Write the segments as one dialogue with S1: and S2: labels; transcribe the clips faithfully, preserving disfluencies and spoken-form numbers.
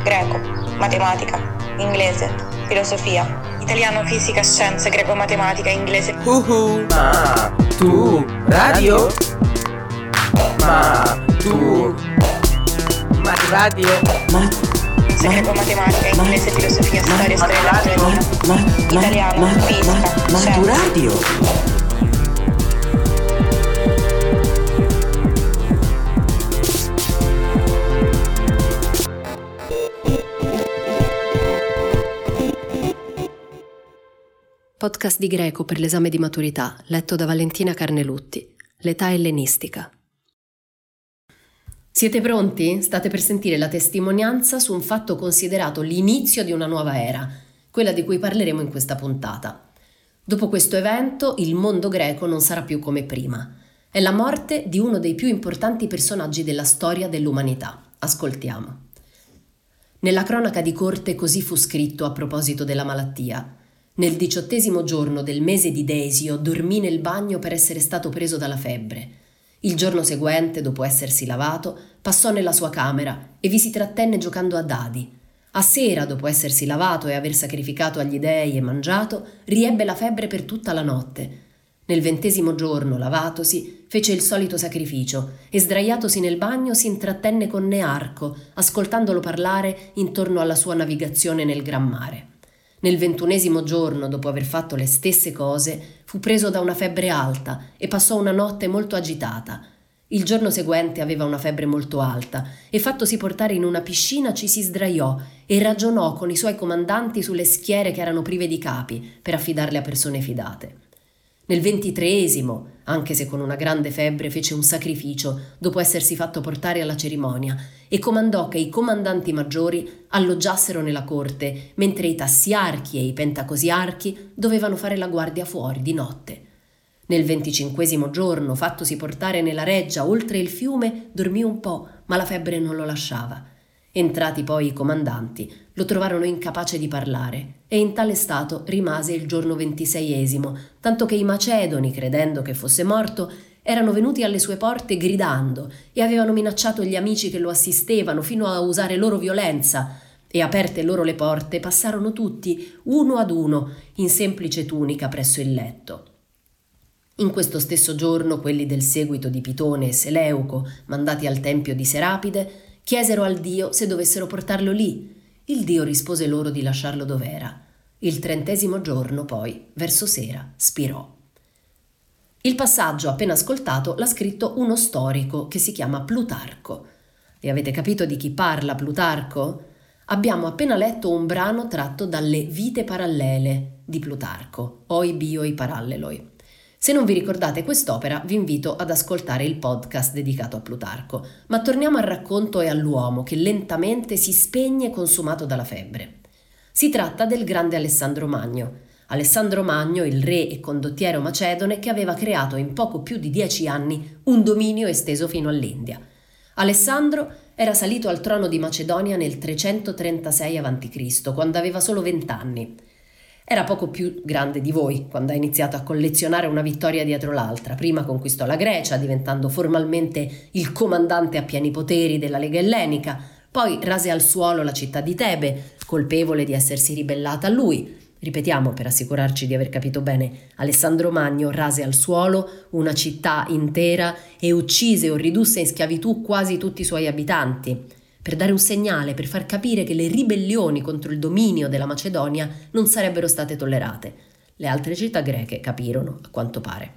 S1: greco, matematica, inglese, filosofia, italiano, fisica, scienze, greco, matematica, inglese.
S2: Uhu. Ma tu radio? Ma tu ma tu radio?
S1: Ma greco, matematica, inglese, filosofia, storia, storia della letteratura, italiano, fisica,
S2: ma tu radio?
S3: Podcast di greco per l'esame di maturità, letto da Valentina Carnelutti. L'età ellenistica. Siete pronti? State per sentire la testimonianza su un fatto considerato l'inizio di una nuova era, quella di cui parleremo in questa puntata. Dopo questo evento, il mondo greco non sarà più come prima. È la morte di uno dei più importanti personaggi della storia dell'umanità. Ascoltiamo. Nella cronaca di corte così fu scritto a proposito della malattia. Nel diciottesimo giorno del mese di Desio dormì nel bagno per essere stato preso dalla febbre. Il giorno seguente, dopo essersi lavato, passò nella sua camera e vi si trattenne giocando a dadi. A sera, dopo essersi lavato e aver sacrificato agli dei e mangiato, riebbe la febbre per tutta la notte. Nel ventesimo giorno, lavatosi, fece il solito sacrificio e sdraiatosi nel bagno si intrattenne con Nearco, ascoltandolo parlare intorno alla sua navigazione nel gran mare. Nel ventunesimo giorno, dopo aver fatto le stesse cose, fu preso da una febbre alta e passò una notte molto agitata. Il giorno seguente aveva una febbre molto alta e fattosi portare in una piscina ci si sdraiò e ragionò con i suoi comandanti sulle schiere che erano prive di capi per affidarle a persone fidate. Nel ventitreesimo, anche se con una grande febbre, fece un sacrificio dopo essersi fatto portare alla cerimonia e comandò che i comandanti maggiori alloggiassero nella corte, mentre i tassiarchi e i pentacosiarchi dovevano fare la guardia fuori di notte. Nel venticinquesimo giorno, fattosi portare nella reggia oltre il fiume, dormì un po', ma la febbre non lo lasciava. Entrati poi i comandanti, lo trovarono incapace di parlare e in tale stato rimase il giorno ventiseiesimo, tanto che i macedoni, credendo che fosse morto, erano venuti alle sue porte gridando e avevano minacciato gli amici che lo assistevano fino a usare loro violenza, e aperte loro le porte passarono tutti, uno ad uno, in semplice tunica presso il letto. In questo stesso giorno quelli del seguito di Pitone e Seleuco, mandati al tempio di Serapide, chiesero al dio se dovessero portarlo lì. Il dio rispose loro di lasciarlo dov'era. Il trentesimo giorno, poi, verso sera, spirò. Il passaggio appena ascoltato l'ha scritto uno storico che si chiama Plutarco. E avete capito di chi parla Plutarco? Abbiamo appena letto un brano tratto dalle Vite parallele di Plutarco, Oi bioi paralleloi. Se non vi ricordate quest'opera, vi invito ad ascoltare il podcast dedicato a Plutarco, ma torniamo al racconto e all'uomo che lentamente si spegne consumato dalla febbre. Si tratta del grande Alessandro Magno. Alessandro Magno, il re e condottiero macedone che aveva creato in poco più di dieci anni un dominio esteso fino all'India. Alessandro era salito al trono di Macedonia nel trecentotrentasei avanti Cristo, quando aveva solo vent'anni. Era poco più grande di voi quando ha iniziato a collezionare una vittoria dietro l'altra. Prima conquistò la Grecia, diventando formalmente il comandante a pieni poteri della Lega Ellenica, poi rase al suolo la città di Tebe, colpevole di essersi ribellata a lui. Ripetiamo per assicurarci di aver capito bene: Alessandro Magno rase al suolo una città intera e uccise o ridusse in schiavitù quasi tutti i suoi abitanti, per dare un segnale, per far capire che le ribellioni contro il dominio della Macedonia non sarebbero state tollerate. Le altre città greche capirono, a quanto pare.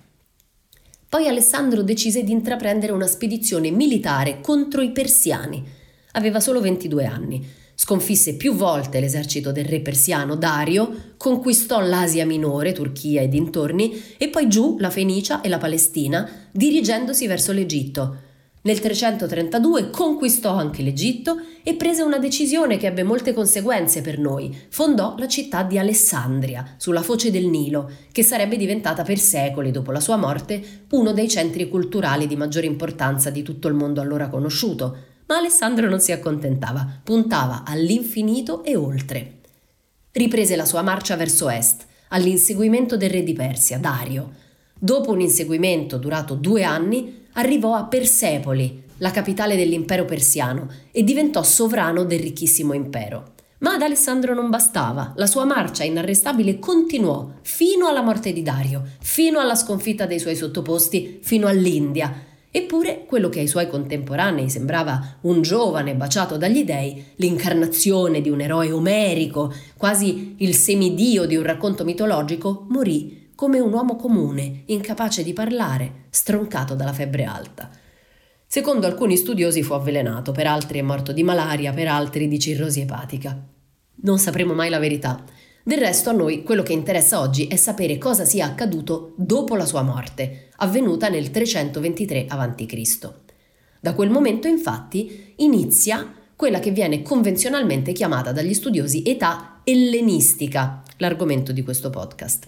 S3: Poi Alessandro decise di intraprendere una spedizione militare contro i persiani. Aveva solo ventidue anni. Sconfisse più volte l'esercito del re persiano Dario, conquistò l'Asia Minore, Turchia e dintorni, e poi giù la Fenicia e la Palestina, dirigendosi verso l'Egitto. Nel trecentotrentadue conquistò anche l'Egitto e prese una decisione che ebbe molte conseguenze per noi. Fondò la città di Alessandria, sulla foce del Nilo, che sarebbe diventata per secoli, dopo la sua morte, uno dei centri culturali di maggiore importanza di tutto il mondo allora conosciuto. Ma Alessandro non si accontentava, puntava all'infinito e oltre. Riprese la sua marcia verso est, all'inseguimento del re di Persia, Dario. Dopo un inseguimento durato due anni, arrivò a Persepoli, la capitale dell'impero persiano, e diventò sovrano del ricchissimo impero. Ma ad Alessandro non bastava, la sua marcia inarrestabile continuò fino alla morte di Dario, fino alla sconfitta dei suoi sottoposti, fino all'India. Eppure quello che ai suoi contemporanei sembrava un giovane baciato dagli dei, l'incarnazione di un eroe omerico, quasi il semidio di un racconto mitologico, morì come un uomo comune, incapace di parlare, stroncato dalla febbre alta. Secondo alcuni studiosi fu avvelenato, per altri è morto di malaria, per altri di cirrosi epatica. Non sapremo mai la verità. Del resto a noi quello che interessa oggi è sapere cosa sia accaduto dopo la sua morte, avvenuta nel trecentoventitré avanti Cristo Da quel momento infatti inizia quella che viene convenzionalmente chiamata dagli studiosi età ellenistica, l'argomento di questo podcast.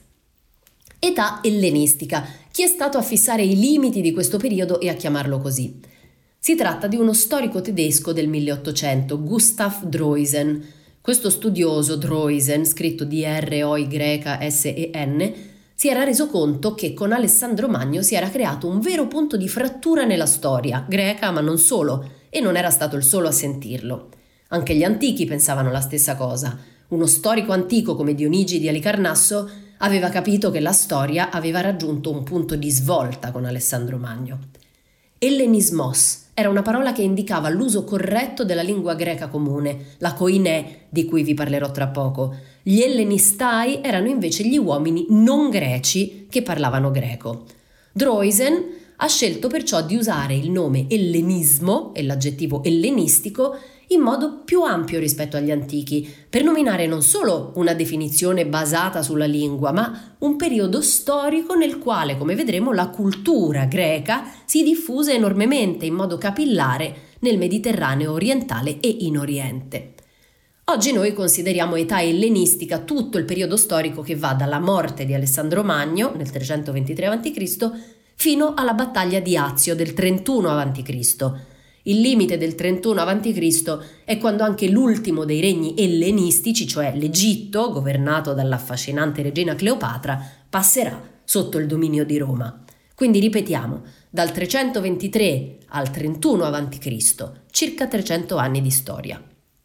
S3: Età ellenistica. Chi è stato a fissare i limiti di questo periodo e a chiamarlo così? Si tratta di uno storico tedesco del milleottocento, Gustav Droysen. Questo studioso, Droysen, scritto D R O Y S E N, si era reso conto che con Alessandro Magno si era creato un vero punto di frattura nella storia, greca ma non solo, e non era stato il solo a sentirlo. Anche gli antichi pensavano la stessa cosa. Uno storico antico come Dionigi di Alicarnasso aveva capito che la storia aveva raggiunto un punto di svolta con Alessandro Magno. Ellenismos era una parola che indicava l'uso corretto della lingua greca comune, la koiné, di cui vi parlerò tra poco. Gli ellenistai erano invece gli uomini non greci che parlavano greco. Droysen ha scelto perciò di usare il nome ellenismo e l'aggettivo ellenistico in modo più ampio rispetto agli antichi, per nominare non solo una definizione basata sulla lingua, ma un periodo storico nel quale, come vedremo, la cultura greca si diffuse enormemente in modo capillare nel Mediterraneo orientale e in Oriente. Oggi noi consideriamo età ellenistica tutto il periodo storico che va dalla morte di Alessandro Magno nel trecentoventitré avanti Cristo fino alla battaglia di Azio del trentuno avanti Cristo Il limite del trentuno avanti Cristo è quando anche l'ultimo dei regni ellenistici, cioè l'Egitto, governato dall'affascinante regina Cleopatra, passerà sotto il dominio di Roma. Quindi ripetiamo, dal trecentoventitré al trentuno avanti Cristo, circa trecento anni di storia.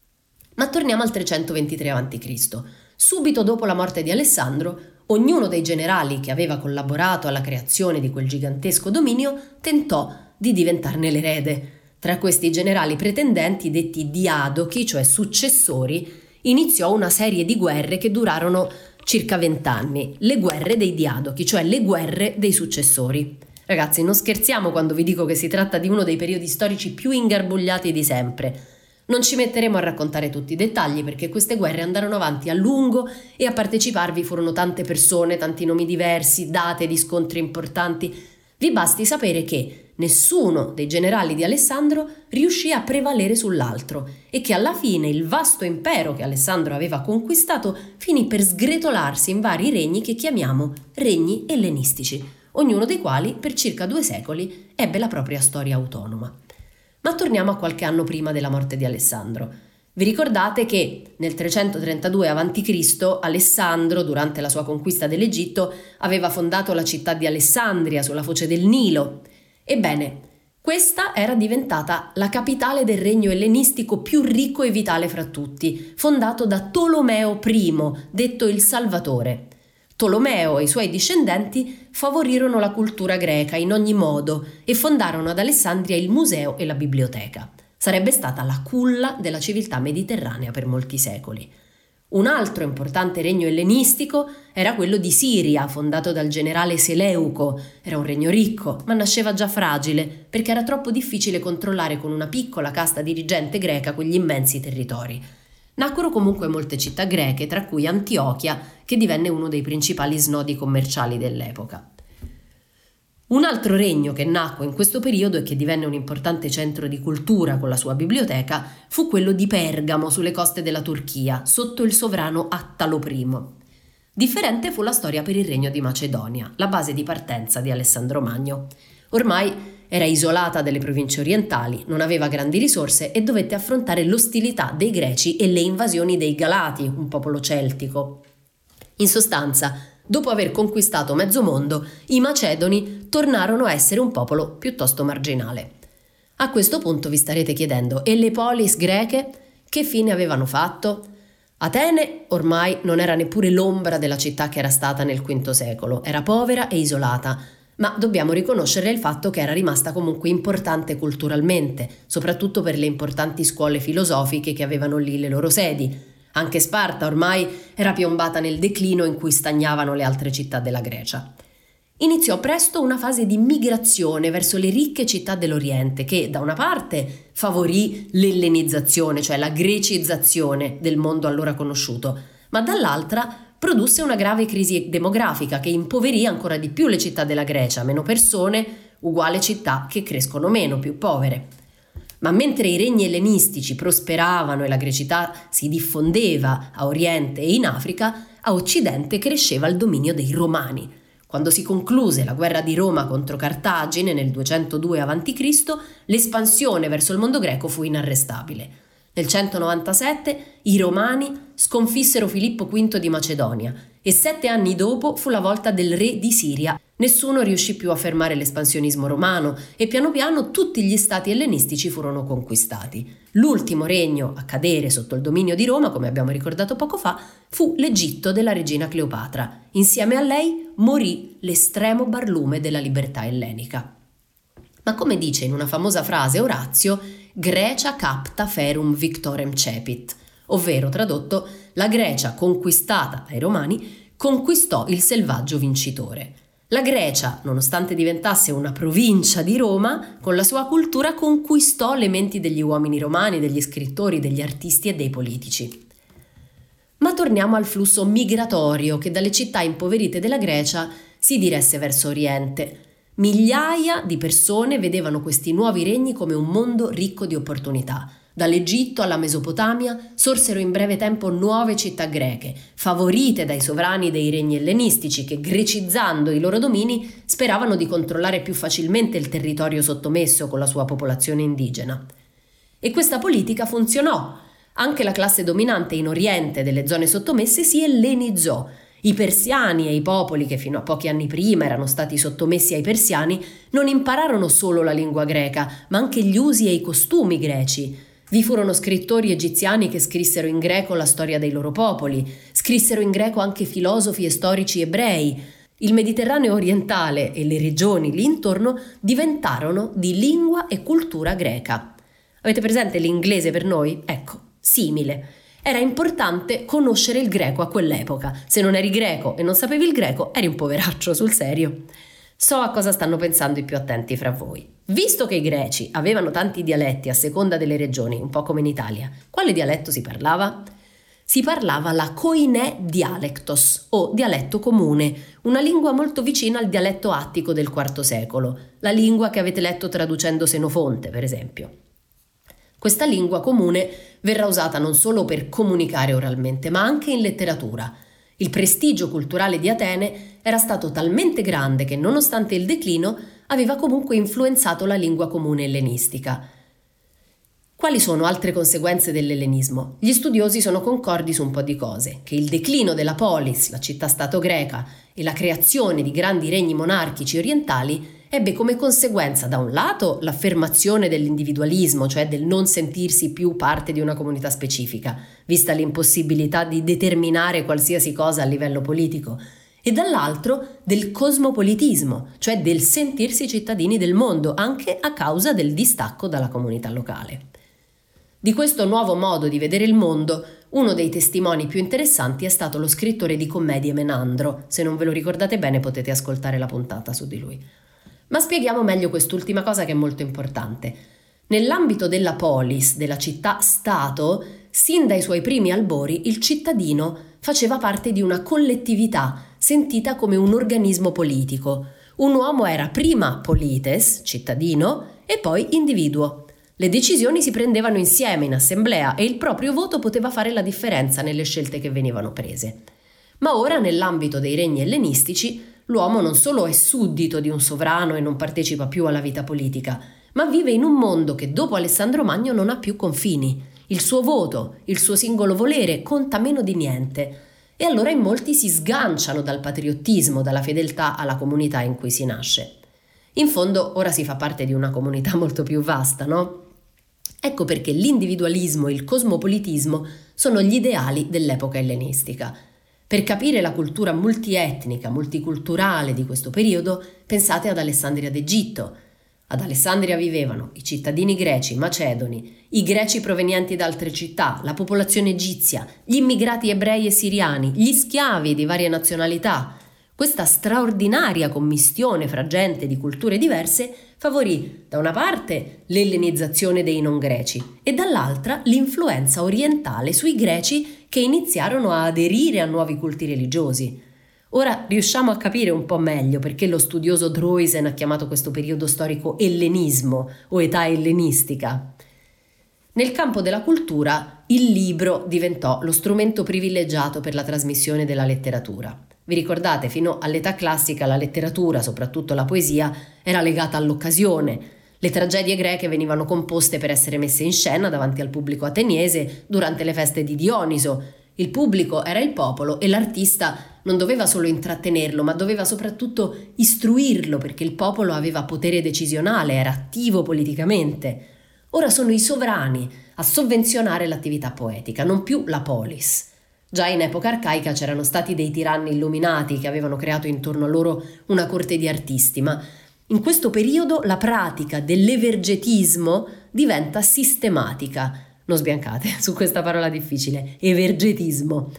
S3: Ma torniamo al trecentoventitré avanti Cristo Subito dopo la morte di Alessandro, ognuno dei generali che aveva collaborato alla creazione di quel gigantesco dominio tentò di diventarne l'erede. Tra questi generali pretendenti, detti diadochi, cioè successori, iniziò una serie di guerre che durarono circa vent'anni, le guerre dei diadochi, cioè le guerre dei successori. Ragazzi, non scherziamo quando vi dico che si tratta di uno dei periodi storici più ingarbugliati di sempre. Non ci metteremo a raccontare tutti i dettagli perché queste guerre andarono avanti a lungo e a parteciparvi furono tante persone, tanti nomi diversi, date di scontri importanti. Vi basti sapere che nessuno dei generali di Alessandro riuscì a prevalere sull'altro e che alla fine il vasto impero che Alessandro aveva conquistato finì per sgretolarsi in vari regni che chiamiamo regni ellenistici, ognuno dei quali per circa due secoli ebbe la propria storia autonoma. Ma torniamo a qualche anno prima della morte di Alessandro. Vi ricordate che nel trecentotrentadue avanti Cristo Alessandro, durante la sua conquista dell'Egitto, aveva fondato la città di Alessandria sulla foce del Nilo. Ebbene, questa era diventata la capitale del regno ellenistico più ricco e vitale fra tutti, fondato da Tolomeo I, detto il Salvatore. Tolomeo e i suoi discendenti favorirono la cultura greca in ogni modo e fondarono ad Alessandria il museo e la biblioteca. Sarebbe stata la culla della civiltà mediterranea per molti secoli. Un altro importante regno ellenistico era quello di Siria, fondato dal generale Seleuco. Era un regno ricco, ma nasceva già fragile, perché era troppo difficile controllare con una piccola casta dirigente greca quegli immensi territori. Nacquero comunque molte città greche, tra cui Antiochia, che divenne uno dei principali snodi commerciali dell'epoca. Un altro regno che nacque in questo periodo e che divenne un importante centro di cultura con la sua biblioteca fu quello di Pergamo, sulle coste della Turchia, sotto il sovrano Attalo I. Differente fu la storia per il regno di Macedonia, la base di partenza di Alessandro Magno. Ormai era isolata dalle province orientali, non aveva grandi risorse e dovette affrontare l'ostilità dei Greci e le invasioni dei Galati, un popolo celtico. In sostanza, dopo aver conquistato mezzo mondo, i Macedoni tornarono a essere un popolo piuttosto marginale. A questo punto vi starete chiedendo, e le polis greche che fine avevano fatto? Atene ormai non era neppure l'ombra della città che era stata nel quinto secolo, era povera e isolata, ma dobbiamo riconoscere il fatto che era rimasta comunque importante culturalmente, soprattutto per le importanti scuole filosofiche che avevano lì le loro sedi. Anche Sparta ormai era piombata nel declino in cui stagnavano le altre città della Grecia. Iniziò presto una fase di migrazione verso le ricche città dell'Oriente che, da una parte, favorì l'ellenizzazione, cioè la grecizzazione del mondo allora conosciuto, ma dall'altra produsse una grave crisi demografica che impoverì ancora di più le città della Grecia, meno persone, uguale città che crescono meno, più povere. Ma mentre i regni ellenistici prosperavano e la grecità si diffondeva a Oriente e in Africa, a Occidente cresceva il dominio dei Romani. Quando si concluse la guerra di Roma contro Cartagine nel duecentodue avanti Cristo, l'espansione verso il mondo greco fu inarrestabile. Nel centonovantasette i Romani sconfissero Filippo quinto di Macedonia e sette anni dopo fu la volta del re di Siria. Nessuno riuscì più a fermare l'espansionismo romano e piano piano tutti gli stati ellenistici furono conquistati. L'ultimo regno a cadere sotto il dominio di Roma, come abbiamo ricordato poco fa, fu l'Egitto della regina Cleopatra. Insieme a lei morì l'estremo barlume della libertà ellenica. Ma come dice in una famosa frase Orazio, Grecia capta ferum victorem cepit, ovvero tradotto, la Grecia conquistata dai Romani conquistò il selvaggio vincitore. La Grecia, nonostante diventasse una provincia di Roma, con la sua cultura conquistò le menti degli uomini romani, degli scrittori, degli artisti e dei politici. Ma torniamo al flusso migratorio che dalle città impoverite della Grecia si diresse verso Oriente. Migliaia di persone vedevano questi nuovi regni come un mondo ricco di opportunità. Dall'Egitto alla Mesopotamia sorsero in breve tempo nuove città greche, favorite dai sovrani dei regni ellenistici che, grecizzando i loro domini, speravano di controllare più facilmente il territorio sottomesso con la sua popolazione indigena. E questa politica funzionò. Anche la classe dominante in Oriente delle zone sottomesse si ellenizzò. I persiani e i popoli che fino a pochi anni prima erano stati sottomessi ai persiani non impararono solo la lingua greca, ma anche gli usi e i costumi greci. Vi furono scrittori egiziani che scrissero in greco la storia dei loro popoli, scrissero in greco anche filosofi e storici ebrei. Il Mediterraneo orientale e le regioni lì intorno diventarono di lingua e cultura greca. Avete presente l'inglese per noi? Ecco, simile. Era importante conoscere il greco a quell'epoca. Se non eri greco e non sapevi il greco, eri un poveraccio, sul serio. So a cosa stanno pensando i più attenti fra voi. Visto che i greci avevano tanti dialetti a seconda delle regioni, un po' come in Italia, quale dialetto si parlava? Si parlava la koiné dialectos, o dialetto comune, una lingua molto vicina al dialetto attico del quarto secolo, la lingua che avete letto traducendo Senofonte, per esempio. Questa lingua comune verrà usata non solo per comunicare oralmente, ma anche in letteratura. Il prestigio culturale di Atene era stato talmente grande che, nonostante il declino, aveva comunque influenzato la lingua comune ellenistica. Quali sono altre conseguenze dell'ellenismo? Gli studiosi sono concordi su un po' di cose: che il declino della polis, la città-stato greca, e la creazione di grandi regni monarchici orientali ebbe come conseguenza, da un lato, l'affermazione dell'individualismo, cioè del non sentirsi più parte di una comunità specifica, vista l'impossibilità di determinare qualsiasi cosa a livello politico, e dall'altro del cosmopolitismo, cioè del sentirsi cittadini del mondo, anche a causa del distacco dalla comunità locale. Di questo nuovo modo di vedere il mondo, uno dei testimoni più interessanti è stato lo scrittore di commedie Menandro. Se non ve lo ricordate bene potete ascoltare la puntata su di lui. Ma spieghiamo meglio quest'ultima cosa che è molto importante. Nell'ambito della polis, della città-stato, sin dai suoi primi albori il cittadino faceva parte di una collettività sentita come un organismo politico. Un uomo era prima polites, cittadino, e poi individuo. Le decisioni si prendevano insieme in assemblea e il proprio voto poteva fare la differenza nelle scelte che venivano prese. Ma ora, nell'ambito dei regni ellenistici, l'uomo non solo è suddito di un sovrano e non partecipa più alla vita politica, ma vive in un mondo che dopo Alessandro Magno non ha più confini. Il suo voto, il suo singolo volere conta meno di niente. E allora in molti si sganciano dal patriottismo, dalla fedeltà alla comunità in cui si nasce. In fondo ora si fa parte di una comunità molto più vasta, no? Ecco perché l'individualismo e il cosmopolitismo sono gli ideali dell'epoca ellenistica. Per capire la cultura multietnica, multiculturale di questo periodo, pensate ad Alessandria d'Egitto. Ad Alessandria vivevano i cittadini greci, macedoni, i greci provenienti da altre città, la popolazione egizia, gli immigrati ebrei e siriani, gli schiavi di varie nazionalità. Questa straordinaria commistione fra gente di culture diverse favorì da una parte l'ellenizzazione dei non greci e dall'altra l'influenza orientale sui greci che iniziarono a aderire a nuovi culti religiosi. Ora riusciamo a capire un po' meglio perché lo studioso Droysen ha chiamato questo periodo storico ellenismo o età ellenistica. Nel campo della cultura il libro diventò lo strumento privilegiato per la trasmissione della letteratura. Vi ricordate, fino all'età classica la letteratura, soprattutto la poesia, era legata all'occasione. Le tragedie greche venivano composte per essere messe in scena davanti al pubblico ateniese durante le feste di Dioniso. Il pubblico era il popolo e l'artista non doveva solo intrattenerlo, ma doveva soprattutto istruirlo, perché il popolo aveva potere decisionale, era attivo politicamente. Ora sono i sovrani a sovvenzionare l'attività poetica, non più la polis. Già in epoca arcaica c'erano stati dei tiranni illuminati che avevano creato intorno a loro una corte di artisti, ma in questo periodo la pratica dell'evergetismo diventa sistematica. Non sbiancate su questa parola difficile, evergetismo.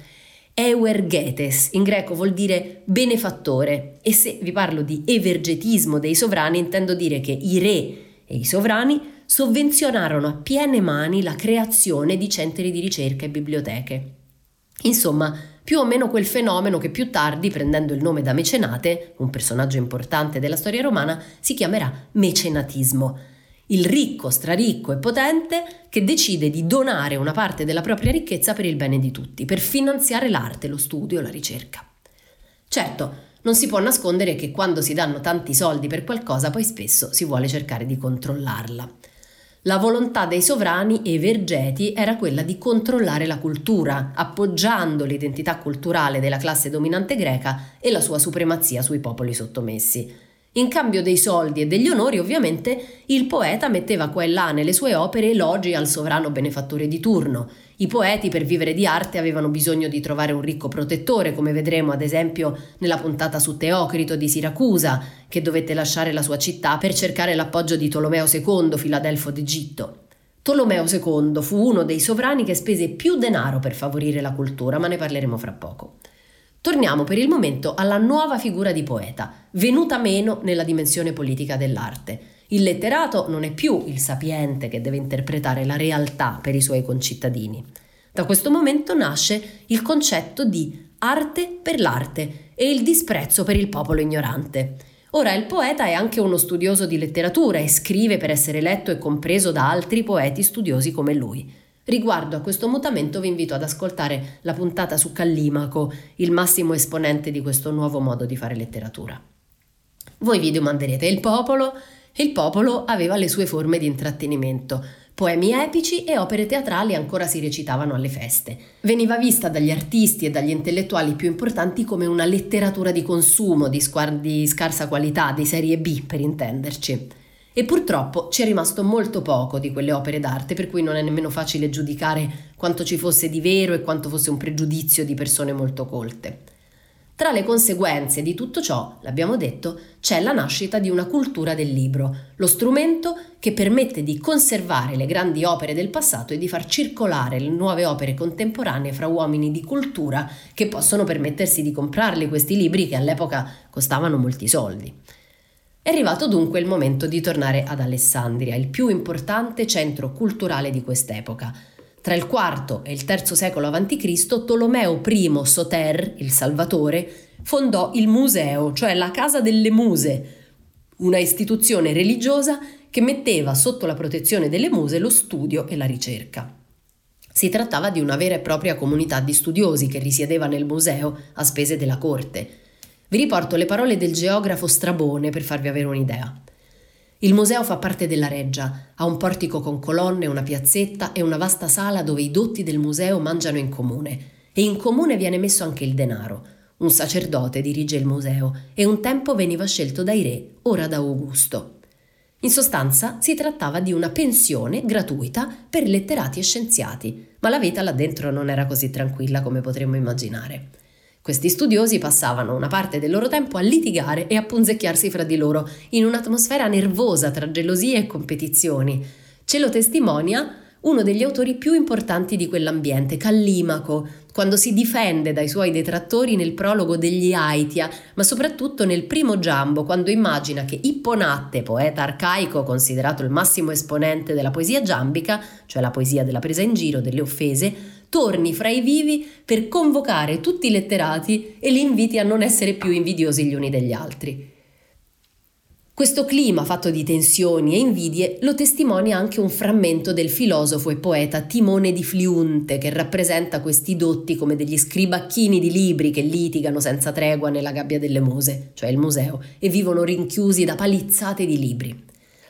S3: Euergetes in greco vuol dire benefattore e se vi parlo di evergetismo dei sovrani intendo dire che i re e i sovrani sovvenzionarono a piene mani la creazione di centri di ricerca e biblioteche. Insomma, più o meno quel fenomeno che più tardi, prendendo il nome da Mecenate, un personaggio importante della storia romana, si chiamerà mecenatismo. Il ricco, straricco e potente che decide di donare una parte della propria ricchezza per il bene di tutti, per finanziare l'arte, lo studio, la ricerca. Certo, non si può nascondere che quando si danno tanti soldi per qualcosa, poi spesso si vuole cercare di controllarla. La volontà dei sovrani evergeti era quella di controllare la cultura, appoggiando l'identità culturale della classe dominante greca e la sua supremazia sui popoli sottomessi. In cambio dei soldi e degli onori, ovviamente, il poeta metteva qua e là nelle sue opere elogi al sovrano benefattore di turno. I poeti, per vivere di arte, avevano bisogno di trovare un ricco protettore, come vedremo ad esempio nella puntata su Teocrito di Siracusa, che dovette lasciare la sua città per cercare l'appoggio di Tolomeo secondo, filadelfo d'Egitto. Tolomeo secondo fu uno dei sovrani che spese più denaro per favorire la cultura, ma ne parleremo fra poco. Torniamo per il momento alla nuova figura di poeta, venuta meno nella dimensione politica dell'arte. Il letterato non è più il sapiente che deve interpretare la realtà per i suoi concittadini. Da questo momento nasce il concetto di arte per l'arte e il disprezzo per il popolo ignorante. Ora il poeta è anche uno studioso di letteratura e scrive per essere letto e compreso da altri poeti studiosi come lui. Riguardo a questo mutamento vi invito ad ascoltare la puntata su Callimaco, il massimo esponente di questo nuovo modo di fare letteratura. Voi vi domanderete, il popolo? Il popolo aveva le sue forme di intrattenimento. Poemi epici e opere teatrali ancora si recitavano alle feste. Veniva vista dagli artisti e dagli intellettuali più importanti come una letteratura di consumo, di, squar- di scarsa qualità, di serie B per intenderci. E purtroppo ci è rimasto molto poco di quelle opere d'arte, per cui non è nemmeno facile giudicare quanto ci fosse di vero e quanto fosse un pregiudizio di persone molto colte. Tra le conseguenze di tutto ciò, l'abbiamo detto, c'è la nascita di una cultura del libro, lo strumento che permette di conservare le grandi opere del passato e di far circolare le nuove opere contemporanee fra uomini di cultura che possono permettersi di comprarli questi libri che all'epoca costavano molti soldi. È arrivato dunque il momento di tornare ad Alessandria, il più importante centro culturale di quest'epoca. Tra il quarto e il terzo secolo avanti Cristo, Tolomeo I Soter, il Salvatore, fondò il Museo, cioè la Casa delle Muse, una istituzione religiosa che metteva sotto la protezione delle muse lo studio e la ricerca. Si trattava di una vera e propria comunità di studiosi che risiedeva nel museo a spese della corte. Vi riporto le parole del geografo Strabone per farvi avere un'idea. Il museo fa parte della reggia, ha un portico con colonne, una piazzetta e una vasta sala dove i dotti del museo mangiano in comune. E in comune viene messo anche il denaro. Un sacerdote dirige il museo e un tempo veniva scelto dai re, ora da Augusto. In sostanza si trattava di una pensione gratuita per letterati e scienziati, ma la vita là dentro non era così tranquilla come potremmo immaginare. Questi studiosi passavano una parte del loro tempo a litigare e a punzecchiarsi fra di loro, in un'atmosfera nervosa tra gelosie e competizioni. Ce lo testimonia uno degli autori più importanti di quell'ambiente, Callimaco, quando si difende dai suoi detrattori nel prologo degli Aitia, ma soprattutto nel primo Giambo, quando immagina che Ipponatte, poeta arcaico considerato il massimo esponente della poesia giambica, cioè la poesia della presa in giro, delle offese, torni fra i vivi per convocare tutti i letterati e li inviti a non essere più invidiosi gli uni degli altri. Questo clima fatto di tensioni e invidie lo testimonia anche un frammento del filosofo e poeta Timone di Fliunte, che rappresenta questi dotti come degli scribacchini di libri che litigano senza tregua nella gabbia delle muse, cioè il museo, e vivono rinchiusi da palizzate di libri.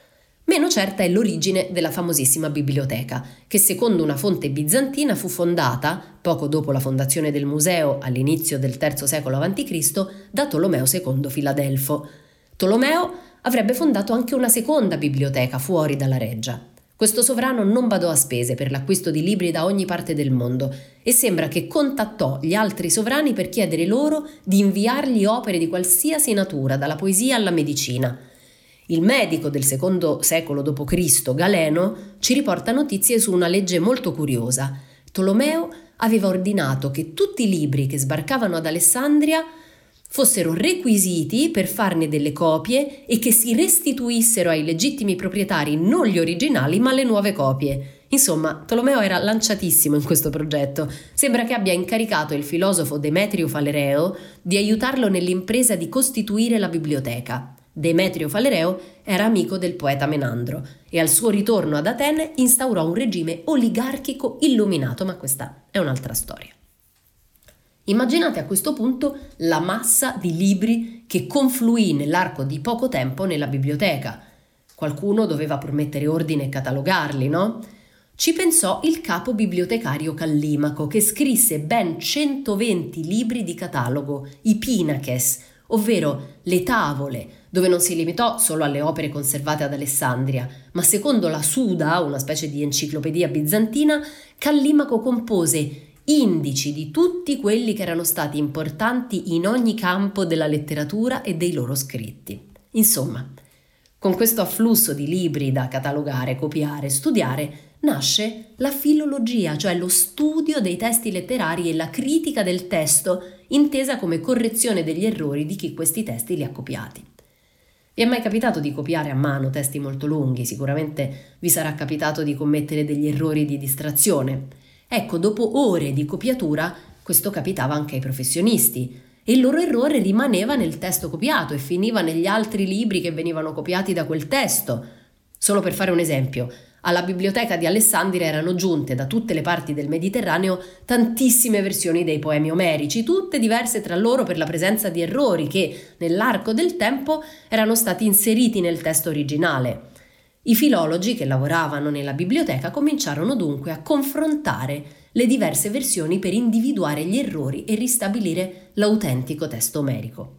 S3: Meno certa è l'origine della famosissima biblioteca, che secondo una fonte bizantina fu fondata, poco dopo la fondazione del museo all'inizio del terzo secolo avanti Cristo, da Tolomeo secondo Filadelfo. Tolomeo avrebbe fondato anche una seconda biblioteca fuori dalla reggia. Questo sovrano non badò a spese per l'acquisto di libri da ogni parte del mondo e sembra che contattò gli altri sovrani per chiedere loro di inviargli opere di qualsiasi natura, dalla poesia alla medicina. Il medico del secondo secolo dopo Cristo, Galeno, ci riporta notizie su una legge molto curiosa. Tolomeo aveva ordinato che tutti i libri che sbarcavano ad Alessandria fossero requisiti per farne delle copie e che si restituissero ai legittimi proprietari non gli originali ma le nuove copie. Insomma, Tolomeo era lanciatissimo in questo progetto. Sembra che abbia incaricato il filosofo Demetrio Falereo di aiutarlo nell'impresa di costituire la biblioteca. Demetrio Falereo era amico del poeta Menandro e al suo ritorno ad Atene instaurò un regime oligarchico illuminato, ma questa è un'altra storia. Immaginate a questo punto la massa di libri che confluì nell'arco di poco tempo nella biblioteca. Qualcuno doveva pur mettere ordine e catalogarli, no? Ci pensò il capo bibliotecario Callimaco, che scrisse ben centoventi libri di catalogo, i Pinaches, ovvero le tavole, dove non si limitò solo alle opere conservate ad Alessandria, ma secondo la Suda, una specie di enciclopedia bizantina, Callimaco compose indici di tutti quelli che erano stati importanti in ogni campo della letteratura e dei loro scritti. Insomma, con questo afflusso di libri da catalogare, copiare, studiare, nasce la filologia, cioè lo studio dei testi letterari e la critica del testo, intesa come correzione degli errori di chi questi testi li ha copiati. Vi è mai capitato di copiare a mano testi molto lunghi? Sicuramente vi sarà capitato di commettere degli errori di distrazione. Ecco, dopo ore di copiatura, questo capitava anche ai professionisti e il loro errore rimaneva nel testo copiato e finiva negli altri libri che venivano copiati da quel testo. Solo per fare un esempio, alla biblioteca di Alessandria erano giunte da tutte le parti del Mediterraneo tantissime versioni dei poemi omerici, tutte diverse tra loro per la presenza di errori che, nell'arco del tempo, erano stati inseriti nel testo originale. I filologi che lavoravano nella biblioteca cominciarono dunque a confrontare le diverse versioni per individuare gli errori e ristabilire l'autentico testo omerico.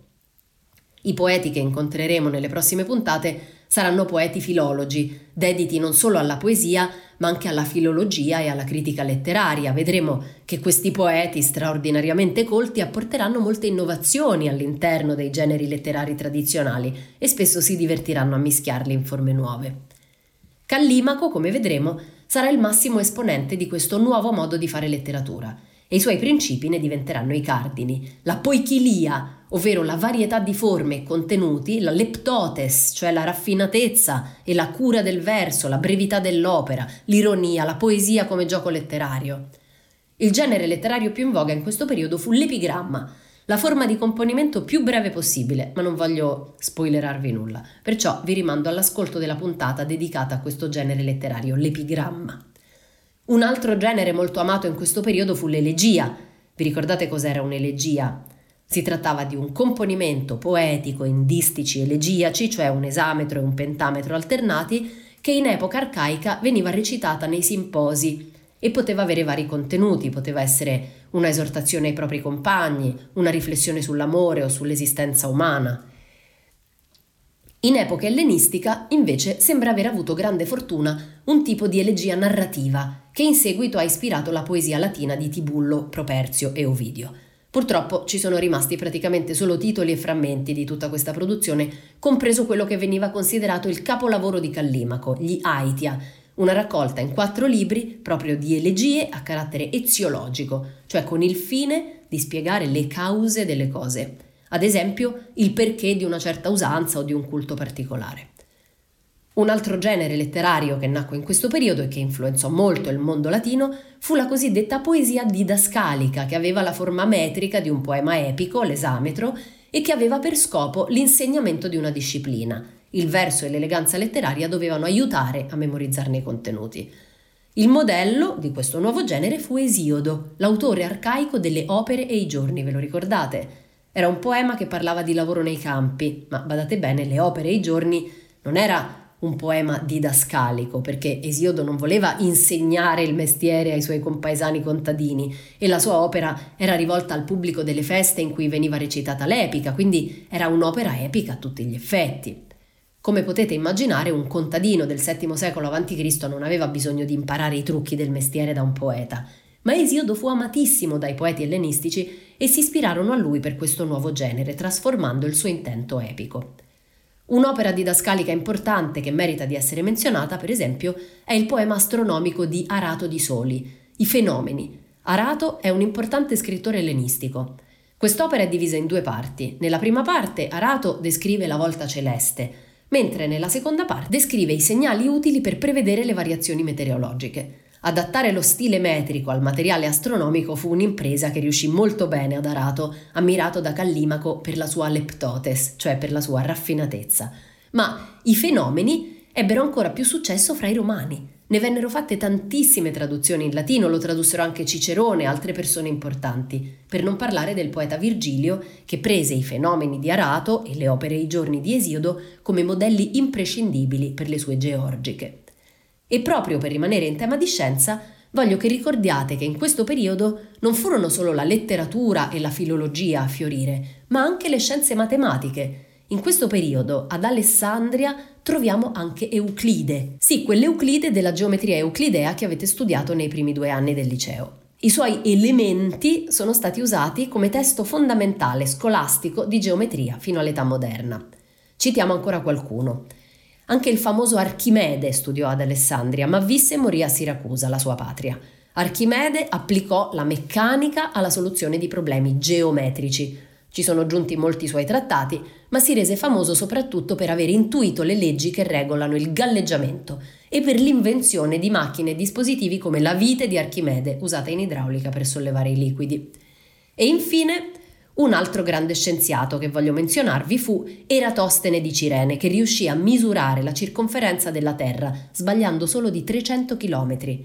S3: I poeti che incontreremo nelle prossime puntate saranno poeti filologi, dediti non solo alla poesia, ma anche alla filologia e alla critica letteraria. Vedremo che questi poeti straordinariamente colti apporteranno molte innovazioni all'interno dei generi letterari tradizionali e spesso si divertiranno a mischiarli in forme nuove. Callimaco, come vedremo, sarà il massimo esponente di questo nuovo modo di fare letteratura e i suoi principi ne diventeranno i cardini. La poichilia, ovvero la varietà di forme e contenuti, la leptotes, cioè la raffinatezza e la cura del verso, la brevità dell'opera, l'ironia, la poesia come gioco letterario. Il genere letterario più in voga in questo periodo fu l'epigramma, la forma di componimento più breve possibile, ma non voglio spoilerarvi nulla, perciò vi rimando all'ascolto della puntata dedicata a questo genere letterario, l'epigramma. Un altro genere molto amato in questo periodo fu l'elegia. Vi ricordate cos'era un'elegia? Si trattava di un componimento poetico in distici elegiaci, cioè un esametro e un pentametro alternati, che in epoca arcaica veniva recitata nei simposi. e poteva avere vari contenuti, poteva essere una esortazione ai propri compagni, una riflessione sull'amore o sull'esistenza umana. In epoca ellenistica, invece, sembra aver avuto grande fortuna un tipo di elegia narrativa che in seguito ha ispirato la poesia latina di Tibullo, Properzio e Ovidio. Purtroppo ci sono rimasti praticamente solo titoli e frammenti di tutta questa produzione, compreso quello che veniva considerato il capolavoro di Callimaco, gli Aitia, una raccolta in quattro libri proprio di elegie a carattere eziologico, cioè con il fine di spiegare le cause delle cose, ad esempio il perché di una certa usanza o di un culto particolare. Un altro genere letterario che nacque in questo periodo e che influenzò molto il mondo latino fu la cosiddetta poesia didascalica, che aveva la forma metrica di un poema epico, l'esametro, e che aveva per scopo l'insegnamento di una disciplina. Il verso e l'eleganza letteraria dovevano aiutare a memorizzarne i contenuti. Il modello di questo nuovo genere fu Esiodo, l'autore arcaico delle Opere e i Giorni, ve lo ricordate? Era un poema che parlava di lavoro nei campi, ma badate bene, le Opere e i Giorni non era un poema didascalico, perché Esiodo non voleva insegnare il mestiere ai suoi compaesani contadini e la sua opera era rivolta al pubblico delle feste in cui veniva recitata l'epica, quindi era un'opera epica a tutti gli effetti. Come potete immaginare, un contadino del settimo secolo avanti Cristo non aveva bisogno di imparare i trucchi del mestiere da un poeta, ma Esiodo fu amatissimo dai poeti ellenistici e si ispirarono a lui per questo nuovo genere, trasformando il suo intento epico. Un'opera didascalica importante che merita di essere menzionata, per esempio, è il poema astronomico di Arato di Soli, I fenomeni. Arato è un importante scrittore ellenistico. Quest'opera è divisa in due parti. Nella prima parte Arato descrive la volta celeste, mentre nella seconda parte descrive i segnali utili per prevedere le variazioni meteorologiche. Adattare lo stile metrico al materiale astronomico fu un'impresa che riuscì molto bene ad Arato, ammirato da Callimaco per la sua leptotes, cioè per la sua raffinatezza. Ma i fenomeni ebbero ancora più successo fra i romani. Ne vennero fatte tantissime traduzioni in latino, lo tradussero anche Cicerone e altre persone importanti, per non parlare del poeta Virgilio, che prese i fenomeni di Arato e le Opere e i Giorni di Esiodo come modelli imprescindibili per le sue georgiche. E proprio per rimanere in tema di scienza, voglio che ricordiate che in questo periodo non furono solo la letteratura e la filologia a fiorire, ma anche le scienze matematiche. In questo periodo, ad Alessandria, troviamo anche Euclide. Sì, quell'Euclide della geometria euclidea che avete studiato nei primi due anni del liceo. I suoi elementi sono stati usati come testo fondamentale scolastico di geometria fino all'età moderna. Citiamo ancora qualcuno. Anche il famoso Archimede studiò ad Alessandria, ma visse e morì a Siracusa, la sua patria. Archimede applicò la meccanica alla soluzione di problemi geometrici. Ci sono giunti molti suoi trattati, ma si rese famoso soprattutto per aver intuito le leggi che regolano il galleggiamento e per l'invenzione di macchine e dispositivi come la vite di Archimede, usata in idraulica per sollevare i liquidi. E infine, un altro grande scienziato che voglio menzionarvi fu Eratostene di Cirene, che riuscì a misurare la circonferenza della Terra, sbagliando solo di trecento chilometri.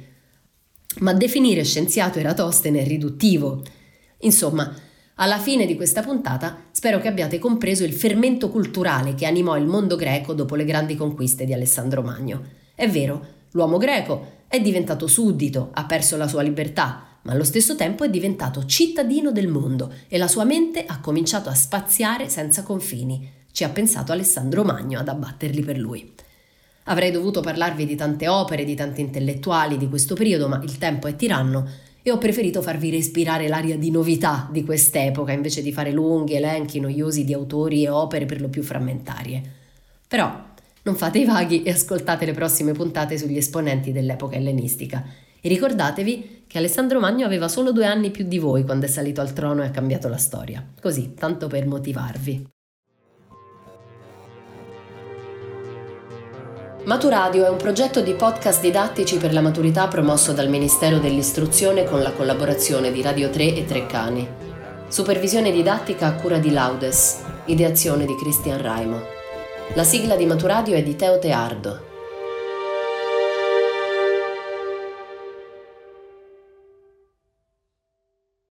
S3: Ma definire scienziato Eratostene è riduttivo. Insomma, alla fine di questa puntata spero che abbiate compreso il fermento culturale che animò il mondo greco dopo le grandi conquiste di Alessandro Magno. È vero, l'uomo greco è diventato suddito, ha perso la sua libertà, ma allo stesso tempo è diventato cittadino del mondo e la sua mente ha cominciato a spaziare senza confini. Ci ha pensato Alessandro Magno ad abbatterli per lui. Avrei dovuto parlarvi di tante opere, di tanti intellettuali di questo periodo, ma il tempo è tiranno e ho preferito farvi respirare l'aria di novità di quest'epoca invece di fare lunghi elenchi noiosi di autori e opere per lo più frammentarie. Però non fate i vaghi e ascoltate le prossime puntate sugli esponenti dell'epoca ellenistica. E ricordatevi che Alessandro Magno aveva solo due anni più di voi quando è salito al trono e ha cambiato la storia. Così, tanto per motivarvi. Maturadio è un progetto di podcast didattici per la maturità promosso dal Ministero dell'Istruzione con la collaborazione di Radio tre e Treccani. Supervisione didattica a cura di Laudes. Ideazione di Cristian Raimo. La sigla di Maturadio è di Teo Teardo.